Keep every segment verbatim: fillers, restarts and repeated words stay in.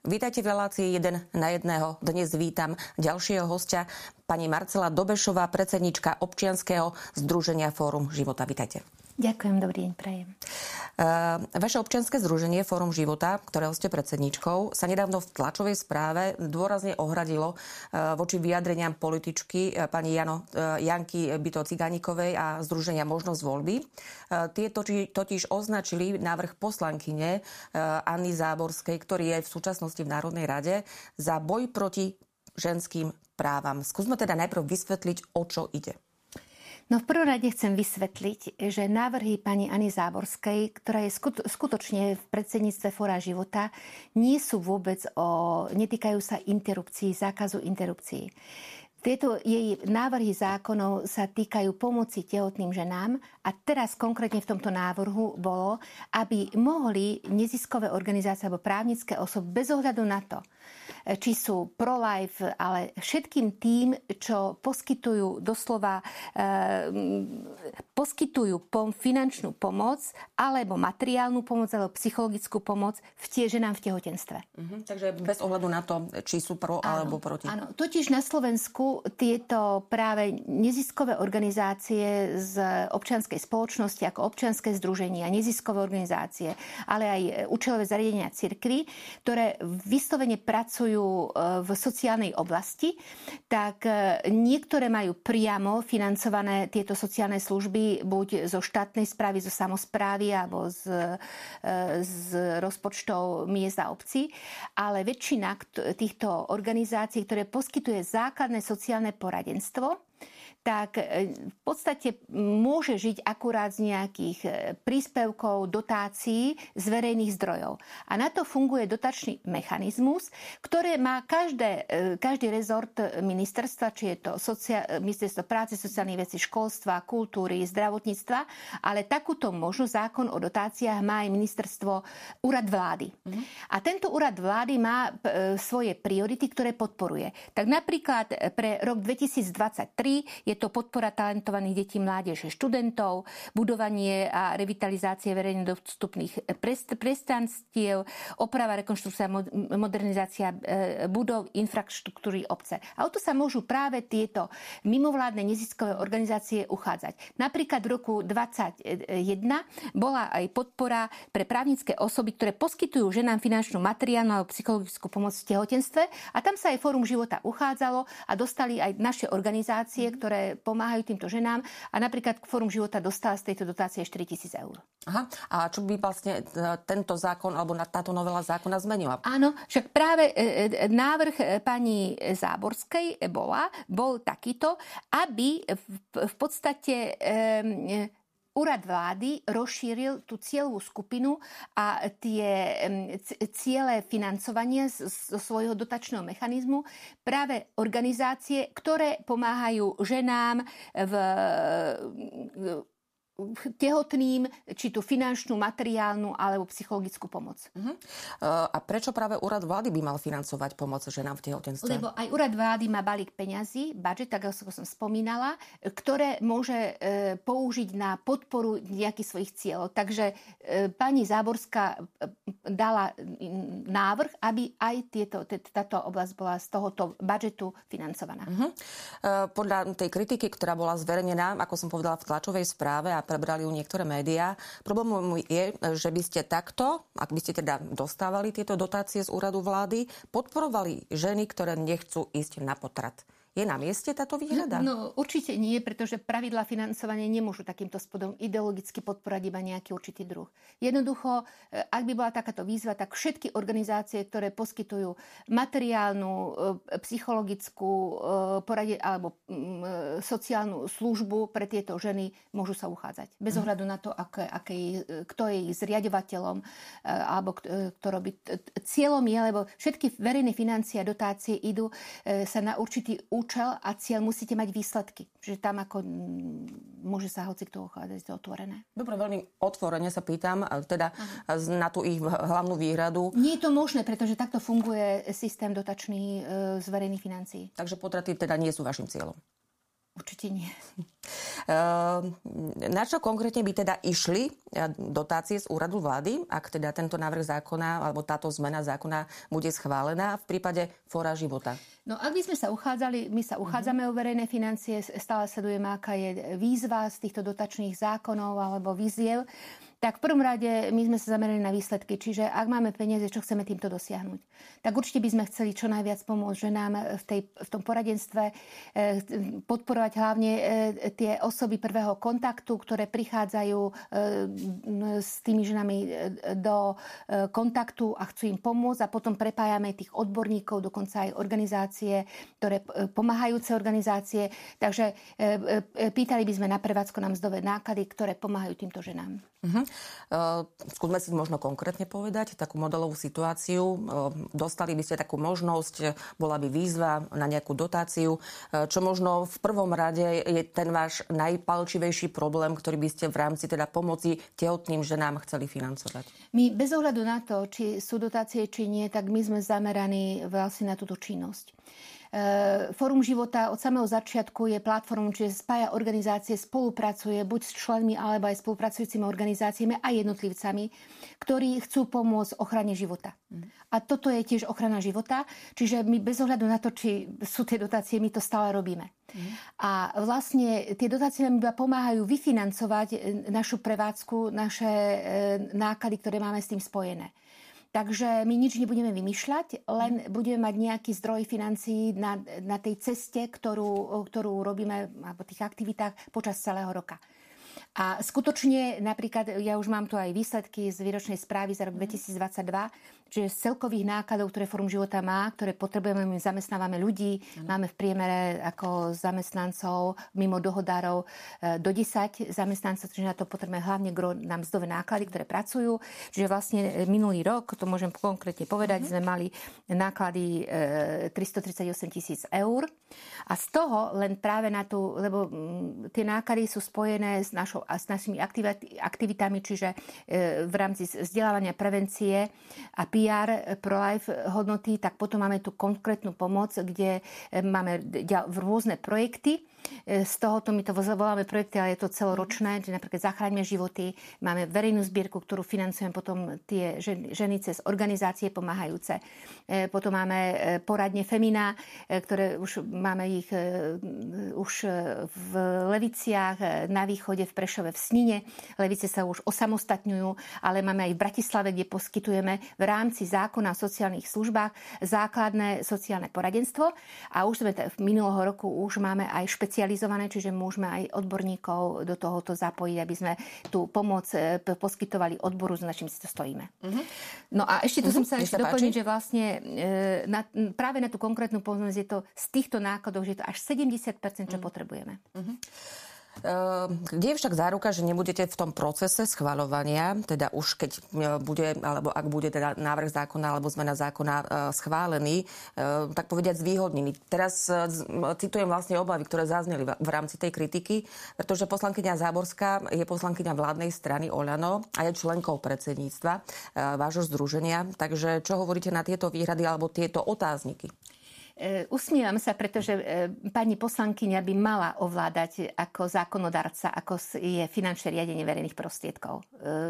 Vítajte v relácii jeden na jedného. Dnes vítam ďalšieho hostia, pani Marcela Dobešová, predsednička občianskeho združenia Fórum života. Vítajte. Ďakujem, dobrý deň, prajem. Uh, vaše občianske združenie Fórum života, ktorého ste predsedničkou, sa nedávno v tlačovej správe dôrazne ohradilo uh, voči vyjadreniam političky uh, pani Jano, uh, Janky Byto-Cigánikovej a združenia Možnosť voľby. Uh, tie totiž, totiž označili návrh poslankyne uh, Anny Záborskej, ktorý je v súčasnosti v Národnej rade, za boj proti ženským právam. Skúsme teda najprv vysvetliť, o čo ide. No v prvom rade chcem vysvetliť, že návrhy pani Anny Záborskej, ktorá je skutočne v predsedníctve Fóra života, nie sú vôbec o, netýkajú sa interrupcií, zákazu interrupcií. Tieto jej návrhy zákonov sa týkajú pomoci tehotným ženám a teraz konkrétne v tomto návrhu bolo, aby mohli neziskové organizácie alebo právnické osoby bez ohľadu na to, či sú pro-life, ale všetkým tým, čo poskytujú doslova e, poskytujú pom, finančnú pomoc alebo materiálnu pomoc alebo psychologickú pomoc v tie ženám v tehotenstve. Mhm, takže bez ohľadu na to, či sú pro áno, alebo proti. Áno, totiž na Slovensku tieto práve neziskové organizácie z občianskej spoločnosti ako občianske združenia, neziskové organizácie, ale aj účelové zariadenia cirkvi, ktoré vyslovene pracujú v sociálnej oblasti, tak niektoré majú priamo financované tieto sociálne služby buď zo štátnej správy, zo samosprávy alebo z, z rozpočtov miest a obcí, ale väčšina týchto organizácií, ktoré poskytuje základné sociálne poradenstvo, tak v podstate môže žiť akurát z nejakých príspevkov, dotácií z verejných zdrojov. A na to funguje dotačný mechanizmus, ktoré má každé, každý rezort ministerstva, či je to socia- ministerstvo práce, sociálnych vecí, školstva, kultúry, zdravotníctva, ale takúto možnosť zákon o dotáciách má aj ministerstvo úrad vlády. Mm. A tento úrad vlády má svoje priority, ktoré podporuje. Tak napríklad pre rok dvetisícdvadsaťtri je Je to podpora talentovaných detí, mládeže, študentov, budovanie a revitalizácie verejne dostupných priestranstiev, oprava, rekonštrukcia, modernizácia budov, infraštruktúry obce. A o to sa môžu práve tieto mimovládne neziskové organizácie uchádzať. Napríklad v roku dvadsaťjeden bola aj podpora pre právnické osoby, ktoré poskytujú ženám finančnú, materiálnu alebo psychologickú pomoc v tehotenstve. A tam sa aj Fórum života uchádzalo a dostali aj naše organizácie, ktoré pomáhajú týmto ženám a napríklad Fórum života dostala z tejto dotácie štyritisíc eur. Aha, a čo by vlastne tento zákon alebo táto novela zákona zmenila? Áno, však práve návrh pani Záborskej bola, bol takýto, aby v, v podstate e, Úrad vlády rozšíril tú cieľovú skupinu a tie ciele financovania zo svojho dotačného mechanizmu práve organizácie, ktoré pomáhajú ženám v tehotným, či tú finančnú, materiálnu alebo psychologickú pomoc. Uh-huh. A prečo práve úrad vlády by mal financovať pomoc ženám v tehotenstve? Lebo aj úrad vlády má balík peňazí, budget, tak ako som spomínala, ktoré môže e, použiť na podporu nejakých svojich cieľov. Takže e, pani Záborská dala návrh, aby aj tieto, t- táto oblasť bola z tohoto budžetu financovaná. Uh-huh. E, podľa tej kritiky, ktorá bola zverejnená, ako som povedala, v tlačovej správe a prebrali ju niektoré médiá. Problémom je, že by ste takto, ak by ste teda dostávali tieto dotácie z úradu vlády, podporovali ženy, ktoré nechcú ísť na potrat. Je na mieste táto výhrada? No, no určite nie, pretože pravidlá financovania nemôžu takýmto spôsobom ideologicky podporať iba nejaký určitý druh. Jednoducho, ak by bola takáto výzva, tak všetky organizácie, ktoré poskytujú materiálnu, psychologickú poradie alebo sociálnu službu pre tieto ženy, môžu sa uchádzať. Bez ohľadu na to, aké, aké, kto je ich zriaďovateľom alebo kto robí. Cieľom je, lebo všetky verejné financie a dotácie idú sa na určitý účel a cieľ, musíte mať výsledky. Čiže tam ako môže sa hoci kto uchádzať, to otvorené. Dobre, veľmi otvorene sa pýtam, teda Aha. na tú ich hlavnú výhradu. Nie je to možné, pretože takto funguje systém dotačný z verejných financií. Takže potraty teda nie sú vašim cieľom? Určite nie. Na čo konkrétne by teda išli dotácie z úradu vlády, ak teda tento návrh zákona alebo táto zmena zákona bude schválená v prípade Fóra života? No ak by sme sa uchádzali, my sa uchádzame uh-huh. o verejné financie, stále sledujeme, aká je výzva z týchto dotačných zákonov alebo výziev, tak v prvom rade my sme sa zamerali na výsledky. Čiže ak máme peniaze, čo chceme týmto dosiahnuť? Tak určite by sme chceli čo najviac pomôcť ženám v, tej, v tom poradenstve, podporovať hlavne tie osoby prvého kontaktu, ktoré prichádzajú s tými ženami do kontaktu a chcú im pomôcť a potom prepájame tých odborníkov, dokonca aj organizácie, ktoré pomáhajúce organizácie. Takže pýtali by sme na prevádzko na mzdové náklady, ktoré pomáhajú týmto ženám. Uh-huh. Uh, skúsme si možno konkrétne povedať takú modelovú situáciu. Uh, dostali by ste takú možnosť, bola by výzva na nejakú dotáciu. Uh, čo možno v prvom rade je ten váš najpalčivejší problém, ktorý by ste v rámci teda pomoci tehotným ženám chceli financovať? My bez ohľadu na to, či sú dotácie, či nie, tak my sme zameraní vlastne na túto činnosť. Fórum života od samého začiatku je platformou, čiže spája organizácie, spolupracuje buď s členmi, alebo aj spolupracujúcimi organizáciami a jednotlivcami, ktorí chcú pomôcť ochrane života. Mm. A toto je tiež ochrana života, čiže my bez ohľadu na to, či sú tie dotácie, my to stále robíme. Mm. A vlastne tie dotácie nám iba pomáhajú vyfinancovať našu prevádzku, naše náklady, ktoré máme s tým spojené. Takže my nič nebudeme vymýšľať, len budeme mať nejaký zdroj financií na, na tej ceste, ktorú, ktorú robíme v tých aktivitách počas celého roka. A skutočne, napríklad, ja už mám tu aj výsledky z výročnej správy za rok dvetisícdvadsaťdva, že z celkových nákladov, ktoré Fórum života má, ktoré potrebujeme, my zamestnávame ľudí, mm. máme v priemere ako zamestnancov mimo dohodárov do desať zamestnancov, čiže na to potrebujeme hlavne na mzdové náklady, ktoré pracujú. Čiže vlastne minulý rok, to môžem konkrétne povedať, mm. sme mali náklady tristotridsaťosem tisíc eur a z toho len práve na tú, lebo tie náklady sú spojené s našou a s našimi aktivitami, čiže v rámci vzdelávania, prevencie a pé er, pro-life hodnoty, tak potom máme tú konkrétnu pomoc, kde máme rôzne projekty. Z tohoto my to voláme projekty, ale je to celoročné, že napríklad Zachráňme životy, máme verejnú zbierku, ktorú financujeme potom tie ženy cez organizácie pomáhajúce. Potom máme poradne Femina, ktoré už máme ich už v Leviciach, na východe, v Prešove, v Snine. Levice sa už osamostatňujú, ale máme aj v Bratislave, kde poskytujeme v rámci zákona o sociálnych službách základné sociálne poradenstvo. A už sme v minulého roku už máme aj špeciálne specializované, čiže môžeme aj odborníkov do tohoto zapojiť, aby sme tú pomoc poskytovali odboru, s naším si to stojíme. Uh-huh. No a ešte tu uh-huh. som sa ešte doplniť, že vlastne na, práve na tú konkrétnu pomoc je to z týchto nákladov, že je to až sedemdesiat percent, čo uh-huh. potrebujeme. Uh-huh. Kde je však záruka, že nebudete v tom procese schvaľovania, teda už keď bude, alebo ak bude teda návrh zákona alebo zmena zákona schválený, tak povediať zvýhodnení. Teraz citujem vlastne obavy, ktoré zazneli v rámci tej kritiky, pretože poslankyňa Záborská je poslankyňa vládnej strany Oľano a je členkou predsedníctva vášho združenia. Takže čo hovoríte na tieto výhrady alebo tieto otázniky? Usmievam sa, pretože pani poslankyňa by mala ovládať ako zákonodarca, ako je finančné riadenie verejných prostriedkov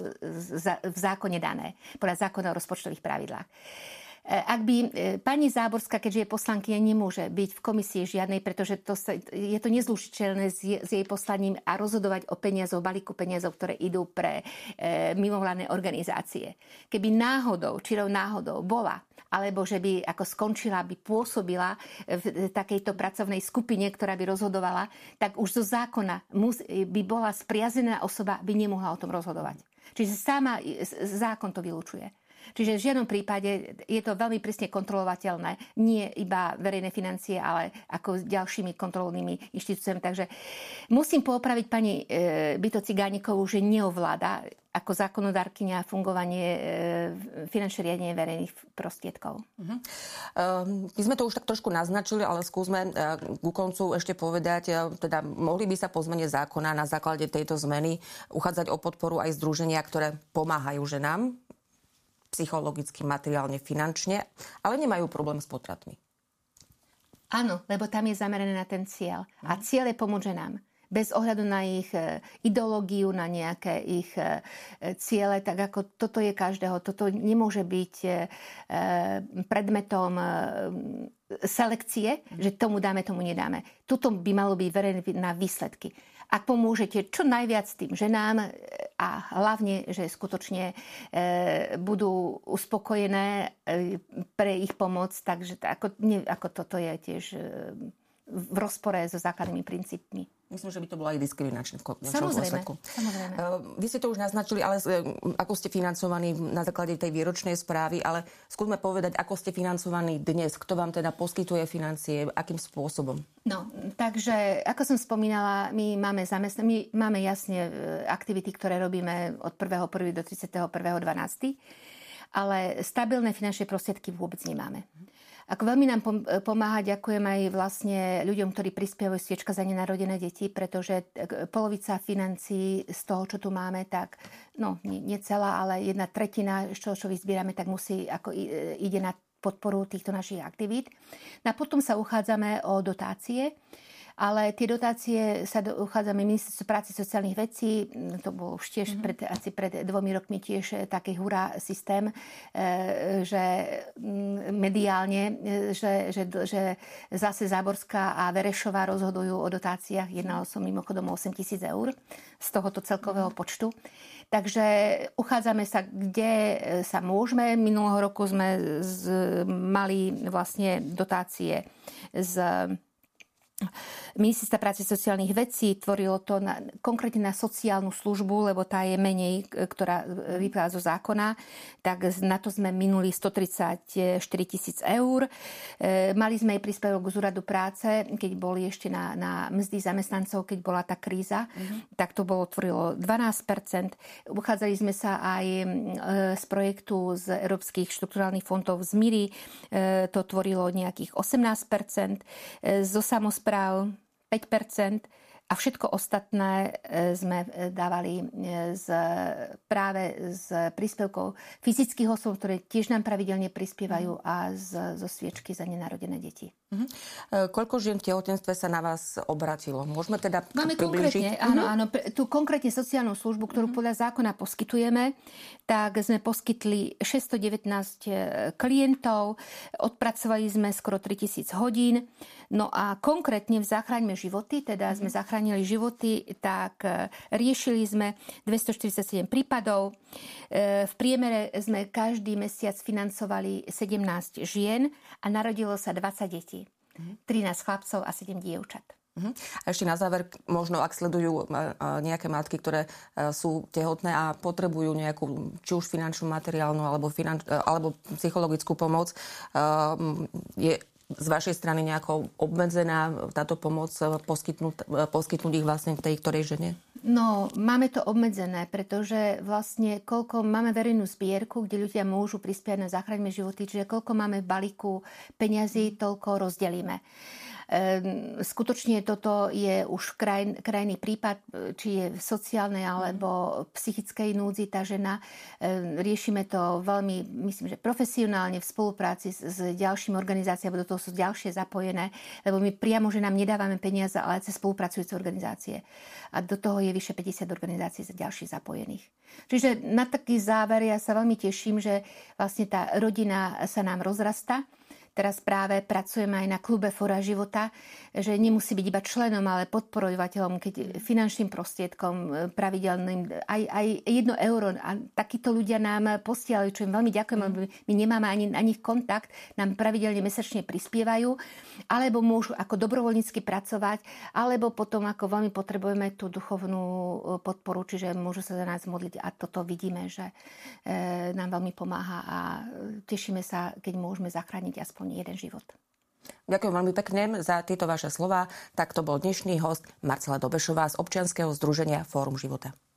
v zákone dané, podľa zákona o rozpočtových pravidlách. Ak by pani Záborská, keďže je poslankyňa, nemôže byť v komisii žiadnej, pretože to sa, je to nezlučiteľné s, s jej poslaním a rozhodovať o peniazoch, balíku peniazov, ktoré idú pre e, mimovládne organizácie. Keby náhodou, čirou náhodou bola, alebo že by ako skončila, by pôsobila v takejto pracovnej skupine, ktorá by rozhodovala, tak už zo zákona mus, by bola spriazená osoba, by nemohla o tom rozhodovať. Čiže sama zákon to vylučuje. Čiže v žiadnom prípade je to veľmi prísne kontrolovateľné. Nie iba verejné financie, ale ako s ďalšími kontrolnými inštitúciami. Takže musím poopraviť pani e, Bito Cigánikovú, že neovláda ako zákonodárkyňa fungovanie e, finančné riadenie verejných prostriedkov. Uh-huh. Uh, my sme to už tak trošku naznačili, ale skúsme uh, ku koncu ešte povedať, uh, teda mohli by sa po zmene zákona na základe tejto zmeny uchádzať o podporu aj združenia, ktoré pomáhajú ženám psychologicky, materiálne, finančne, ale nemajú problém s potratmi. Áno, lebo tam je zamerané na ten cieľ. A cieľ je pomôcť ženám. Bez ohľadu na ich ideológiu, na nejaké ich ciele, tak ako toto je každého. Toto nemôže byť predmetom selekcie, že tomu dáme, tomu nedáme. Tuto by malo byť verené na výsledky. Ak pomôžete čo najviac tým ženám a hlavne, že skutočne budú uspokojené pre ich pomoc, takže ako, ako toto je tiež v rozpore so základnými princípmi. Myslím, že by to bolo aj diskriminačné v konečnom dôsledku. Samozrejme. Vy ste to už naznačili, ale ako ste financovaní na základe tej výročnej správy, ale skúsme povedať, ako ste financovaní dnes, kto vám teda poskytuje financie, akým spôsobom? No, takže, ako som spomínala, my máme zamestn- my máme jasne aktivity, ktoré robíme od prvého prvého do tridsiateho prvého decembra, ale stabilné finančné prostriedky vôbec nemáme. Ako veľmi nám pomáha, ďakujem aj vlastne ľuďom, ktorí prispievajú Sviečka za nenarodené deti, pretože polovica financií z toho, čo tu máme, tak no, nie, nie celá, ale jedna tretina, z toho, čo vyzbierame, tak musí, ako ide na podporu týchto našich aktivít. A potom sa uchádzame o dotácie, ale tie dotácie sa do, uchádzame Ministerstvu práce sociálnych vecí, to bol už tiež pred, asi pred dvomi rokmi tiež taký hurá systém, že mediálne, že, že, že zase Záborská a Verešová rozhodujú o dotáciách. Jednalo som mimochodom o osem tisíc eur z tohoto celkového počtu. Takže uchádzame sa, kde sa môžeme. Minulého roku sme z, mali vlastne dotácie z Ministerstva práce sociálnych vecí, tvorilo to na, konkrétne na sociálnu službu, lebo tá je menej, ktorá vyplýva zo zákona, tak na to sme minuli stotridsaťštyri tisíc eur. E, mali sme aj príspevok z úradu práce, keď boli ešte na, na mzdy zamestnancov, keď bola tá kríza, mm-hmm. tak to bolo tvorilo dvanásť percent. Uchádzali sme sa aj e, z projektu z európskych štrukturálnych fondov z MIRI, e, to tvorilo nejakých osemnásť percent. E, zo samospráv päť percent a všetko ostatné sme dávali z, práve z príspevkov fyzických osôb, ktoré tiež nám pravidelne prispievajú a z, zo Sviečky za nenarodené deti. Uh-huh. Koľko žien v tehotenstve sa na vás obratilo? Môžeme teda Máme priblížiť? Konkrétne, áno, áno. Tú konkrétne sociálnu službu, ktorú uh-huh. podľa zákona poskytujeme, tak sme poskytli šesťstodevätnásť klientov, odpracovali sme skoro tritisíc hodín. No a konkrétne v Zachraňme životy, teda sme zachránili životy, tak riešili sme dvestoštyridsaťsedem prípadov. V priemere sme každý mesiac financovali sedemnásť žien a narodilo sa dvadsať detí. trinásť chlapcov a sedem dievčat. A ešte na záver, možno ak sledujú nejaké matky, ktoré sú tehotné a potrebujú nejakú, či už finančnú, materiálnu alebo, finanč, alebo psychologickú pomoc, je z vašej strany nejako obmedzená táto pomoc poskytnúť, poskytnúť ich vlastne tej ktorej žene? No, máme to obmedzené, pretože vlastne koľko máme verejnú zbierku, kde ľudia môžu prispiať na Zachraňme životy, čiže koľko máme v balíku peňazí, toľko rozdelíme. Skutočne toto je už kraj, krajný prípad, či je v sociálnej alebo psychickej núdzi tá žena. Riešime to veľmi, myslím, že profesionálne v spolupráci s, s ďalšími organizáciami, do toho sú ďalšie zapojené, lebo my priamo ženám nedávame peniaze, ale cez spolupracujúce organizácie. A do toho je vyše päťdesiat organizácií za ďalších zapojených. Čiže na taký záver ja sa veľmi teším, že vlastne tá rodina sa nám rozrastá. Teraz práve pracujeme aj na klube Fóra života, že nemusí byť iba členom, ale podporovateľom, keď finančným prostriedkom pravidelným, aj, aj jedno euro. A takíto ľudia nám posielajú, čo im veľmi ďakujem, lebo my nemáme ani, ani kontakt, nám pravidelne mesačne prispievajú, alebo môžu ako dobrovoľnícky pracovať, alebo potom ako veľmi potrebujeme tú duchovnú podporu, čiže môžu sa za nás modliť a toto vidíme, že e, nám veľmi pomáha a tešíme sa, keď môžeme zachrániť aspoň jeden život. Ďakujem veľmi pekne za tieto vaše slová. Tak to bol dnešný host Marcela Dobešová z občianskeho združenia Fórum života.